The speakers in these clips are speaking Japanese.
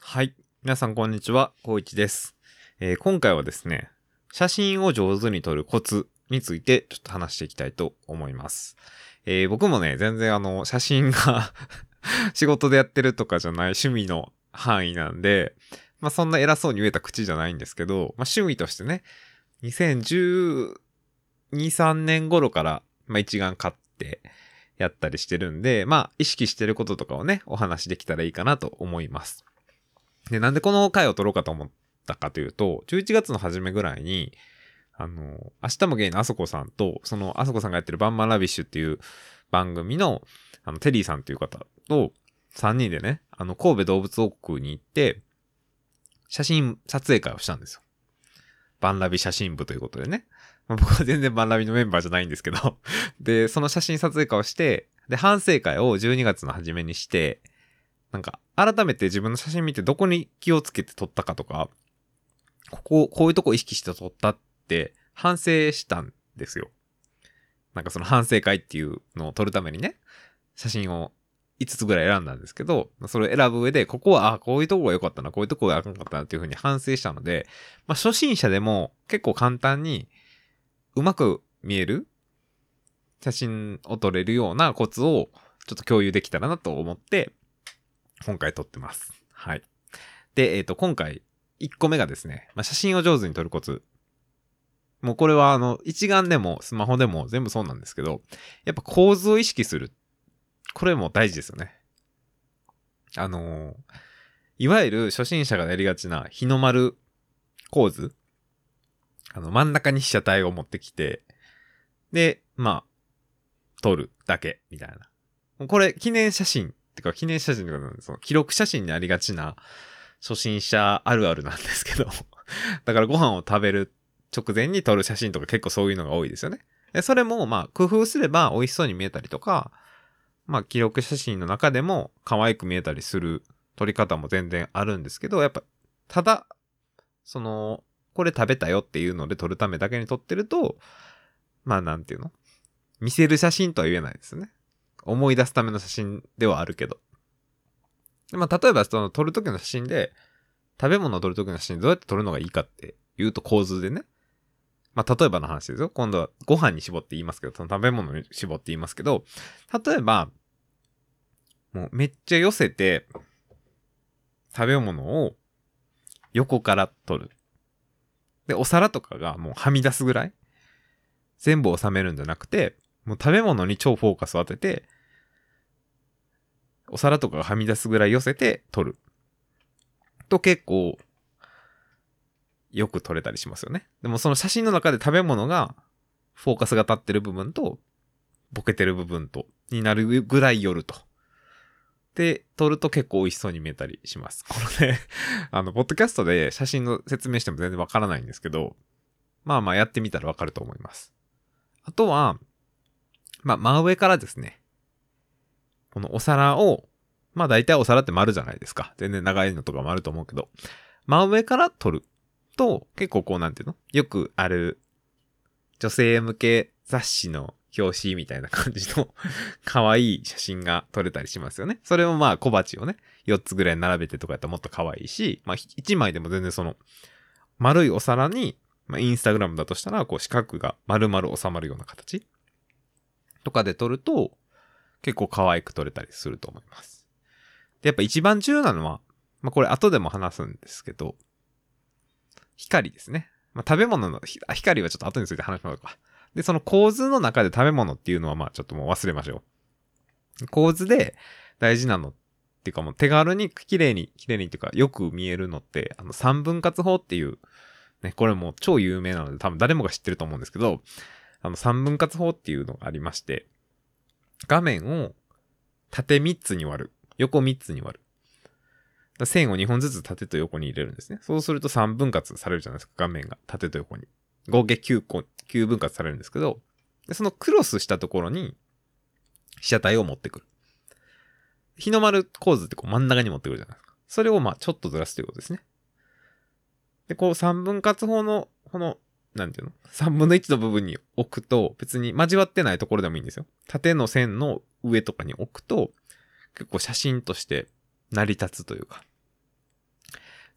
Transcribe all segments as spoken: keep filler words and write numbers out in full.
はい。皆さんこんにちは。こういちです、えー。今回はですね、写真を上手に撮るコツについてちょっと話していきたいと思います。えー、僕もね、全然あの、写真が仕事でやってるとかじゃない趣味の範囲なんで、まあそんな偉そうに言えた口じゃないんですけど、まあ趣味としてね、にせんじゅうに、さんねん頃から、まあ一眼買ってやったりしてるんで、まあ意識してることとかをね、お話できたらいいかなと思います。で、なんでこの回を撮ろうかと思ったかというと、じゅういちがつの初めぐらいに、あの、明日もゲイのあそこさんと、そのあそこさんがやってるバンマンラビッシュっていう番組の、あの、テリーさんっていう方と、さんにんでね、あの、神戸動物王国に行って、写真撮影会をしたんですよ。バンラビ写真部ということでね。まあ、僕は全然バンラビのメンバーじゃないんですけど。で、その写真撮影会をして、で、反省会をじゅうにがつの初めにして、なんか、改めて自分の写真見てどこに気をつけて撮ったかとか、ここ、こういうとこ意識して撮ったって反省したんですよ。なんかその反省会っていうのを撮るためにね、写真をいつつぐらい選んだんですけど、それを選ぶ上で、ここは、あ、こういうとこが良かったな、こういうとこがあかんかったなっていう風に反省したので、まあ初心者でも結構簡単にうまく見える写真を撮れるようなコツをちょっと共有できたらなと思って、今回撮ってます。はい。で、えっと、今回、いっこめがですね、まあ、写真を上手に撮るコツ。もうこれは、あの、一眼でもスマホでも全部そうなんですけど、やっぱ構図を意識する。これも大事ですよね。あのー、いわゆる初心者がやりがちな日の丸構図。あの、真ん中に被写体を持ってきて、で、まあ、撮るだけ、みたいな。これ、記念写真。てか、記念写真とか、その記録写真にありがちな初心者あるあるなんですけどだからご飯を食べる直前に撮る写真とか結構そういうのが多いですよね。でそれもまあ工夫すれば美味しそうに見えたりとか、まあ記録写真の中でも可愛く見えたりする撮り方も全然あるんですけど、やっぱただそのこれ食べたよっていうので撮るためだけに撮ってると、まあなんていうの、見せる写真とは言えないですね。思い出すための写真ではあるけど。まあ、例えばその撮るときの写真で、食べ物を撮るときの写真どうやって撮るのがいいかっていうと構図でね。まあ、例えばの話ですよ。今度はご飯に絞って言いますけど、その食べ物に絞って言いますけど、例えば、もうめっちゃ寄せて、食べ物を横から撮る。で、お皿とかがもうはみ出すぐらい全部収めるんじゃなくて、もう食べ物に超フォーカスを当てて、お皿とかがはみ出すぐらい寄せて撮る。と結構、よく撮れたりしますよね。でもその写真の中で食べ物が、フォーカスが立ってる部分と、ボケてる部分と、になるぐらい寄ると。で、撮ると結構美味しそうに見えたりします。このね、あの、ポッドキャストで写真の説明しても全然わからないんですけど、まあまあやってみたらわかると思います。あとは、まあ真上からですね、このお皿を、まあ大体お皿って丸じゃないですか。全然長いのとかもあると思うけど、真上から撮ると、結構こうなんていうの？よくある女性向け雑誌の表紙みたいな感じの可愛い写真が撮れたりしますよね。それをまあ小鉢をね、よっつぐらい並べてとかやったらもっと可愛いし、まあいちまいでも全然その丸いお皿に、まあインスタグラムだとしたらこう四角が丸々収まるような形とかで撮ると結構可愛く撮れたりすると思います。で、やっぱ一番重要なのは、まあこれ後でも話すんですけど、光ですね。まあ、食べ物の光はちょっと後について話しましょうか。で、その構図の中で食べ物っていうのはまあちょっともう忘れましょう。構図で大事なのっていうかもう手軽に綺麗に、綺麗にっていうかよく見えるのって、あの三分割法っていう、ね、これもう超有名なので多分誰もが知ってると思うんですけど、あの三分割法っていうのがありまして、画面を縦みっつに割る。横みっつに割る。線をにほんずつ縦と横に入れるんですね。そうするとさんぶん割されるじゃないですか、画面が縦と横に。合計きゅうこ、きゅうぶん割されるんですけど、でそのクロスしたところに被写体を持ってくる。日の丸構図ってこう真ん中に持ってくるじゃないですか。それをまあちょっとずらすということですね。で、こうさんぶん割法の、この、なんていうの ?さんぶんのいちの部分に置くと、別に交わってないところでもいいんですよ。縦の線の上とかに置くと、結構写真として成り立つというか、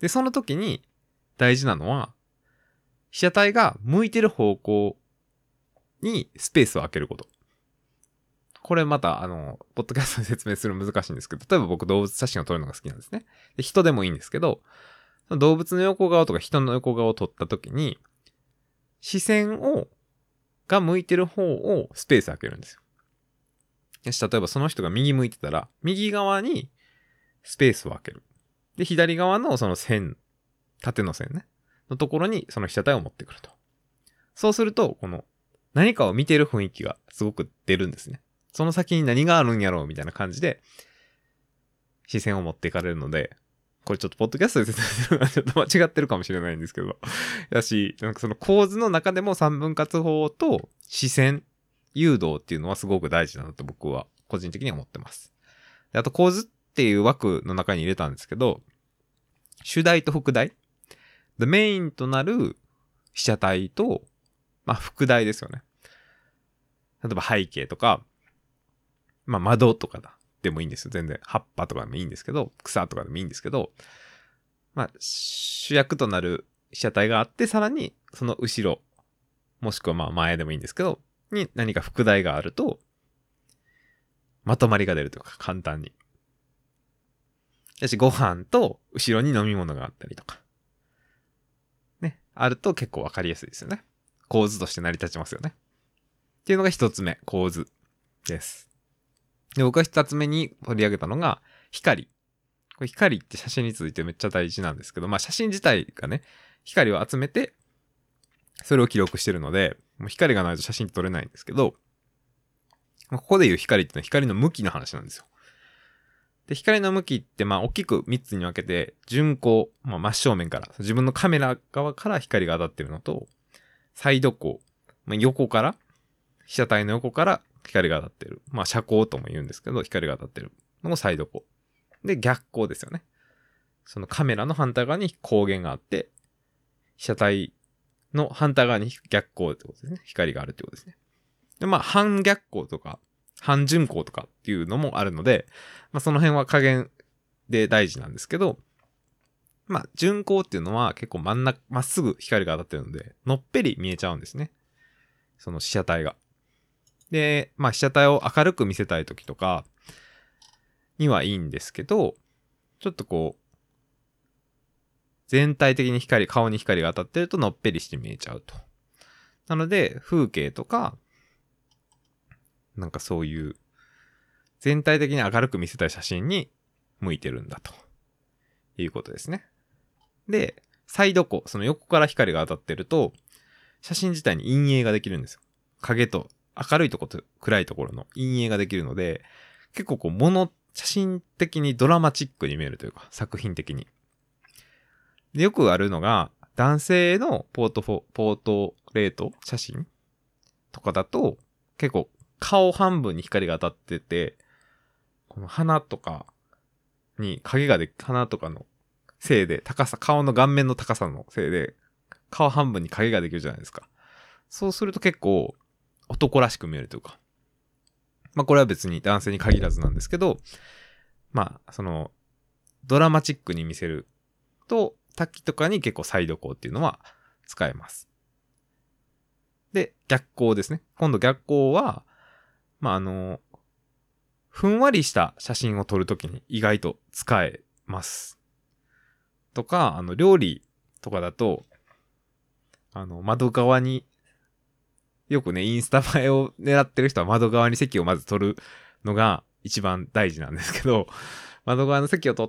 で、その時に大事なのは、被写体が向いてる方向にスペースを空けること。これまた、あの、ポッドキャストで説明するの難しいんですけど、例えば僕動物写真を撮るのが好きなんですね。で、人でもいいんですけど、その動物の横顔とか人の横顔を撮った時に、視線を、が向いてる方をスペース空けるんですよ。よし、例えばその人が右向いてたら、右側にスペースを空ける。で、左側のその線、縦の線ね、のところにその被写体を持ってくると。そうすると、この何かを見てる雰囲気がすごく出るんですね。その先に何があるんやろうみたいな感じで、視線を持っていかれるので、これちょっとポッドキャストで説明するのはちょっと間違ってるかもしれないんですけど。だし、なんかその構図の中でも三分割法と視線、誘導っていうのはすごく大事だなと僕は個人的には思ってます。であと構図っていう枠の中に入れたんですけど、主題と副題。でメインとなる被写体と、まあ副題ですよね。例えば背景とか、まあ窓とかだ。でもいいんですよ。全然。葉っぱとかでもいいんですけど、草とかでもいいんですけど、まあ主役となる被写体があって、さらにその後ろ、もしくはまあ前でもいいんですけど、に何か副題があると、まとまりが出るというか、簡単に。だし、ご飯と後ろに飲み物があったりとか。ね。あると結構わかりやすいですよね。構図として成り立ちますよね。っていうのが一つ目、構図です。で、僕が二つ目に取り上げたのが、光。これ光って写真についてめっちゃ大事なんですけど、まあ写真自体がね、光を集めて、それを記録してるので、もう光がないと写真撮れないんですけど、ここでいう光ってのは光の向きの話なんですよ。で、光の向きってまあ大きくみっつに分けて、順光、まあ真正面から、自分のカメラ側から光が当たってるのと、サイド光、まあ、横から、被写体の横から光が当たってる。まあ遮光とも言うんですけど、光が当たってるのもサイド光。で、逆光ですよね。そのカメラの反対側に光源があって、被写体の反対側に逆光ってことですね。光があるってことですね。で、まあ反逆光とか、反順光とかっていうのもあるので、まあその辺は加減で大事なんですけど、まあ順光っていうのは結構真ん中、まっすぐ光が当たってるので、のっぺり見えちゃうんですね。その被写体が。で、まあ被写体を明るく見せたい時とかにはいいんですけど、ちょっとこう、全体的に光、顔に光が当たってるとのっぺりして見えちゃうと。なので、風景とか、なんかそういう、全体的に明るく見せたい写真に向いてるんだということですね。で、サイド光、その横から光が当たってると、写真自体に陰影ができるんですよ。影と明るいところと暗いところの陰影ができるので、結構こう、もの、写真的にドラマチックに見えるというか、作品的に。でよくあるのが、男性のポートフォ、ポートレート写真とかだと、結構顔半分に光が当たってて、この鼻とかに影がで、鼻とかのせいで、高さ、顔の顔面の高さのせいで、顔半分に影ができるじゃないですか。そうすると結構男らしく見えるというか。まあこれは別に男性に限らずなんですけど、まあその、ドラマチックに見せると、滝とかに結構サイド光っていうのは使えます。で、逆光ですね。今度逆光は、まあ、あの、ふんわりした写真を撮るときに意外と使えます。とか、あの、料理とかだと、あの、窓側に、よくね、インスタ映えを狙ってる人は窓側に席をまず撮るのが一番大事なんですけど、窓側の席を撮って、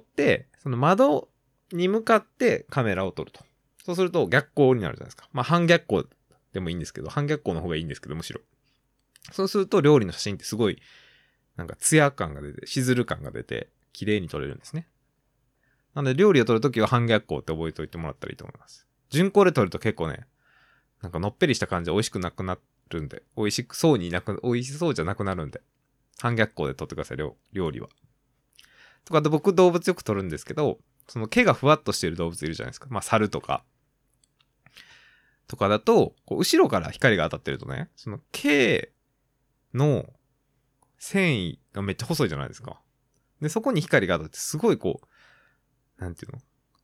その窓に向かってカメラを撮ると。そうすると逆光になるじゃないですか。まあ反逆光でもいいんですけど、反逆光の方がいいんですけど、むしろ。そうすると料理の写真ってすごい、なんか艶感が出て、しずる感が出て、綺麗に撮れるんですね。なので料理を撮るときは反逆光って覚えておいてもらったらいいと思います。順光で撮ると結構ね、なんかのっぺりした感じで美味しくなくなるんで、美味しくそうになく、美味しそうじゃなくなるんで、反逆光で撮ってください、料理は。とかで僕動物よく撮るんですけど、その毛がふわっとしている動物いるじゃないですか。まあ猿とか。とかだと、こう後ろから光が当たってるとね、その毛の繊維がめっちゃ細いじゃないですか。で、そこに光が当たってすごいこう、なんていうの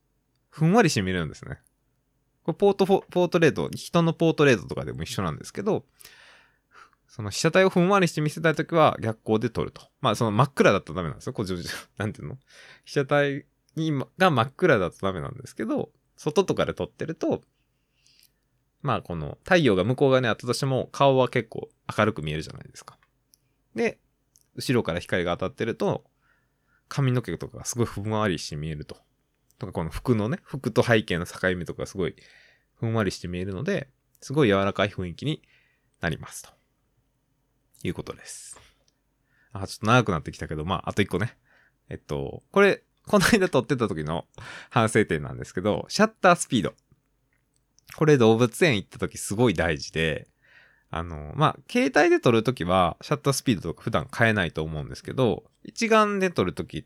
ふんわりして見れるんですね。これポートフォ、ポートレート、人のポートレートとかでも一緒なんですけど、その被写体をふんわりして見せたいときは逆光で撮ると。まあその真っ暗だとダメなんですよ。こう、なんていうの被写体にが真っ暗だとダメなんですけど、外とかで撮ってると、まあこの太陽が向こう側にあったとしても顔は結構明るく見えるじゃないですか。で、後ろから光が当たってると髪の毛とかがすごいふんわりして見えると。とかこの服のね、服と背景の境目とかすごいふんわりして見えるので、すごい柔らかい雰囲気になりますということです。あ、ちょっと長くなってきたけど、まああと一個ね。えっと、これ、この間撮ってた時の反省点なんですけど、シャッタースピード。これ動物園行った時すごい大事で、あの、まあ、携帯で撮るときは、シャッタースピードとか普段変えないと思うんですけど、一眼で撮るときって、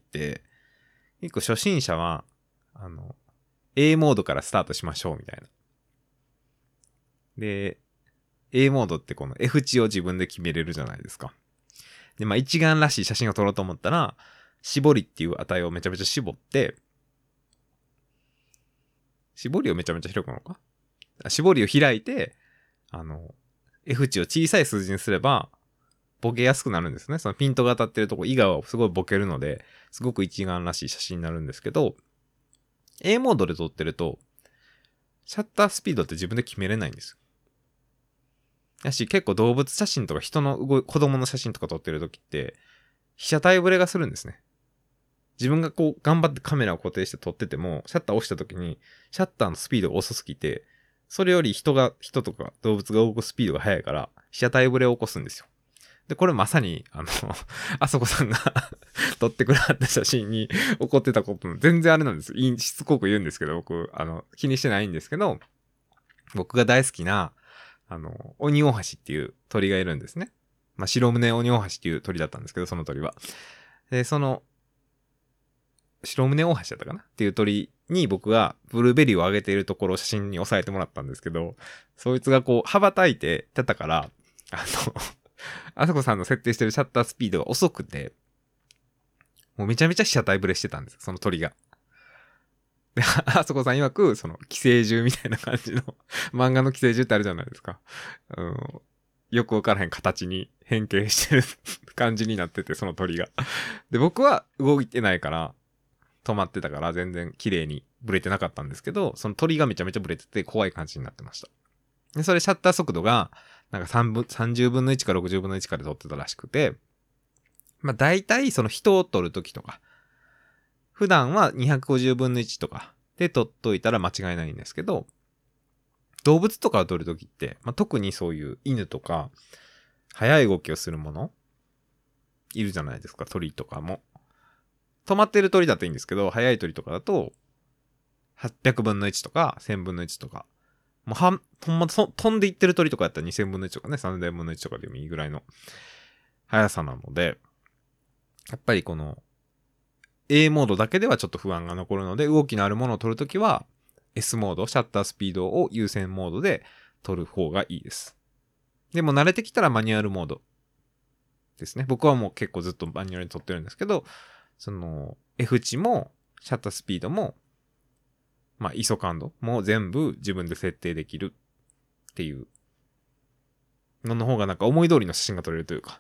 結構初心者は、あの、A モードからスタートしましょうみたいな。で、A モードってこの F 値を自分で決めれるじゃないですか。で、まあ、一眼らしい写真を撮ろうと思ったら、絞りっていう値をめちゃめちゃ絞って、絞りをめちゃめちゃ広くなのか絞りを開いて、あの、F 値を小さい数字にすれば、ボケやすくなるんですね。そのピントが当たってるとこ以外はすごいボケるので、すごく一眼らしい写真になるんですけど、A モードで撮ってると、シャッタースピードって自分で決めれないんですよ。やし、結構動物写真とか人の動い、子供の写真とか撮ってる時って、被写体ブレがするんですね。自分がこう、頑張ってカメラを固定して撮ってても、シャッターを押した時に、シャッターのスピードが遅すぎて、それより人が、人とか動物が動くスピードが速いから、被写体ブレを起こすんですよ。で、これまさに、あの、あそこさんが撮ってくれはった写真に起こってたことも全然あれなんです。しつこく言うんですけど、僕、あの、気にしてないんですけど、僕が大好きな、あの、オニオオハシっていう鳥がいるんですね。まあ、白胸オニオオハシっていう鳥だったんですけど、その鳥は。で、その、白胸オオハシだったかなっていう鳥に僕がブルーベリーをあげているところを写真に収めてもらったんですけど、そいつがこう、羽ばたいて、てたから、あの、あそこさんの設定してるシャッタースピードが遅くて、もうめちゃめちゃ被写体ブレしてたんです、その鳥が。で、あそこさん曰く、その、寄生獣みたいな感じの、漫画の寄生獣ってあるじゃないですか。うん、よくわからへん形に変形してる感じになってて、その鳥が。で、僕は動いてないから、止まってたから全然綺麗にブレてなかったんですけど、その鳥がめちゃめちゃブレてて怖い感じになってました。で、それシャッター速度が、なんかさんぶん、さんじゅうぶんのいちかろくじゅうぶんのいちかで撮ってたらしくて、まあ大体その人を撮るときとか、普段はにひゃくごじゅうぶんのいちとかで撮っといたら間違いないんですけど、動物とかを撮るときって、まあ、特にそういう犬とか、速い動きをするもの、いるじゃないですか、鳥とかも。止まってる鳥だといいんですけど、速い鳥とかだと、はっぴゃくぶんのいちとか、せんぶんのいちとか、もうはん、ほんま、飛んでいってる鳥とかやったらにせんぶんのいちとかね、さんぜんぶんのいちとかでもいいぐらいの速さなので、やっぱりこの A モードだけではちょっと不安が残るので、動きのあるものを撮るときは S モード、シャッタースピードを優先モードで撮る方がいいです。でも慣れてきたらマニュアルモードですね。僕はもう結構ずっとマニュアルに撮ってるんですけど、その F 値もシャッタースピードもまあ、アイエスオ 感度も全部自分で設定できるっていうのの方がなんか思い通りの写真が撮れるというか、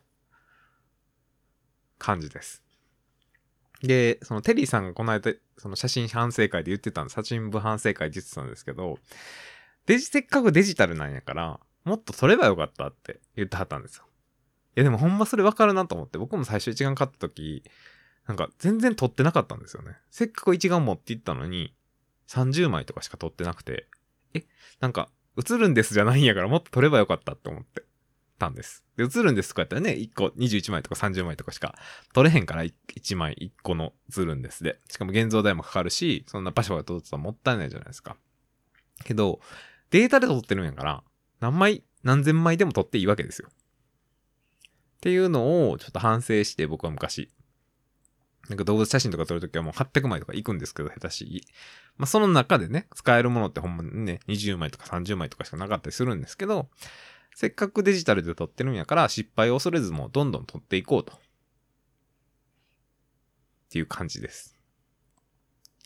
感じです。で、そのテリーさんがこの間、その写真反省会で言ってたんです。写真部反省会で言ってたんですけど、デジ、せっかくデジタルなんやから、もっと撮ればよかったって言ってはったんですよ。いやでもほんまそれわかるなと思って、僕も最初一眼買った時、なんか全然撮ってなかったんですよね。せっかく一眼持って行ったのに、さんじゅうまいとかしか撮ってなくて、え、なんか、映るんですじゃないんやからもっと撮ればよかったって思ってたんです。で、映るんですとかやったらね、いっこにじゅういちまいとかさんじゅうまいとかしか撮れへんからいちまいいっこの映るんですで。しかも現像代もかかるし、そんな場所が撮ってたらもったいないじゃないですか。けど、データで撮ってるんやから、何枚、何千枚でも撮っていいわけですよ。っていうのをちょっと反省して僕は昔、なんか動物写真とか撮るときはもうはっぴゃくまいとか行くんですけど、下手し。まあその中でね、使えるものってほんまにね、にじゅうまいとかさんじゅうまいとかしかなかったりするんですけど、せっかくデジタルで撮ってるんやから失敗を恐れずもうどんどん撮っていこうと。っていう感じです。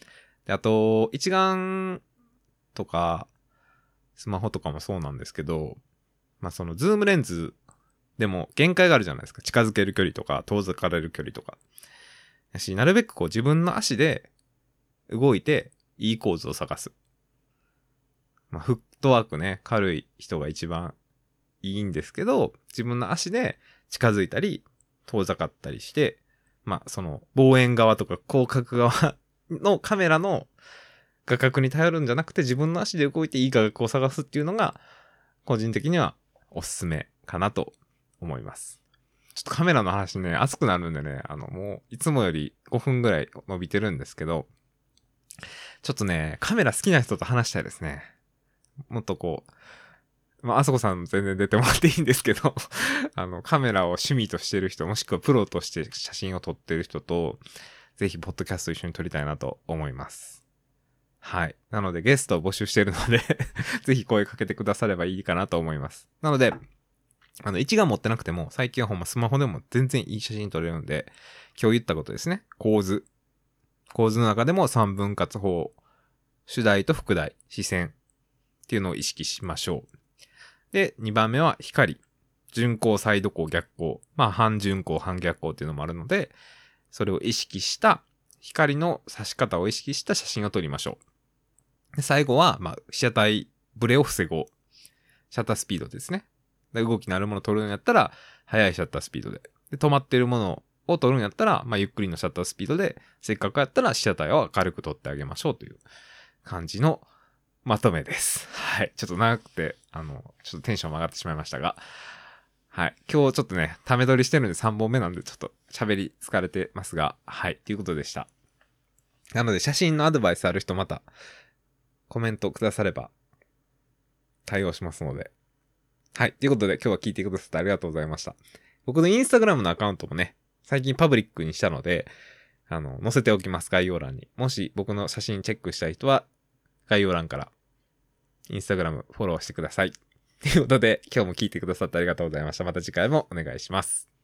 で、あと、一眼とか、スマホとかもそうなんですけど、まあそのズームレンズでも限界があるじゃないですか。近づける距離とか、遠ざかれる距離とか。やし、なるべくこう自分の足で動いていい構図を探す。まあフットワークね、軽い人が一番いいんですけど、自分の足で近づいたり、遠ざかったりして、まあその望遠側とか広角側のカメラの画角に頼るんじゃなくて自分の足で動いていい画角を探すっていうのが個人的にはおすすめかなと思います。ちょっとカメラの話ね、熱くなるんでね、あのもういつもよりごふんぐらい伸びてるんですけど、ちょっとね、カメラ好きな人と話したいですね。もっとこう、まあ、あそこさんも全然出てもらっていいんですけど、あの、カメラを趣味としてる人、もしくはプロとして写真を撮ってる人と、ぜひ、ポッドキャスト一緒に撮りたいなと思います。はい。なので、ゲストを募集してるので、ぜひ声かけてくださればいいかなと思います。なので、あの、一眼持ってなくても、最近はほんまスマホでも全然いい写真撮れるんで、今日言ったことですね。構図。構図の中でも三分割法、主題と副題、視線っていうのを意識しましょう。で、にばんめは光。順光、サイド光、逆光。まあ、半順光、半逆光っていうのもあるので、それを意識した光の差し方を意識した写真を撮りましょう。で、最後は、まあ、被写体ブレを防ごう。シャッタースピードですね。で動きのあるものを撮るんやったら、速いシャッタースピードで。で、止まってるものを撮るんやったら、まあ、ゆっくりのシャッタースピードで、せっかくやったら被写体を明るく撮ってあげましょうという感じのまとめです。はい。ちょっと長くて、あの、ちょっとテンションも上がってしまいましたが、はい。今日ちょっとね、ため撮りしてるんでさんぼんめなんで、ちょっと喋り疲れてますが、はい。ということでした。なので、写真のアドバイスある人また、コメントくだされば、対応しますので。はい。ということで、今日は聞いてくださってありがとうございました。僕のインスタグラムのアカウントもね、最近パブリックにしたので、あの、載せておきます、概要欄に。もし僕の写真チェックしたい人は、概要欄から、インスタグラムフォローしてください。ということで、今日も聞いてくださってありがとうございました。また次回もお願いします。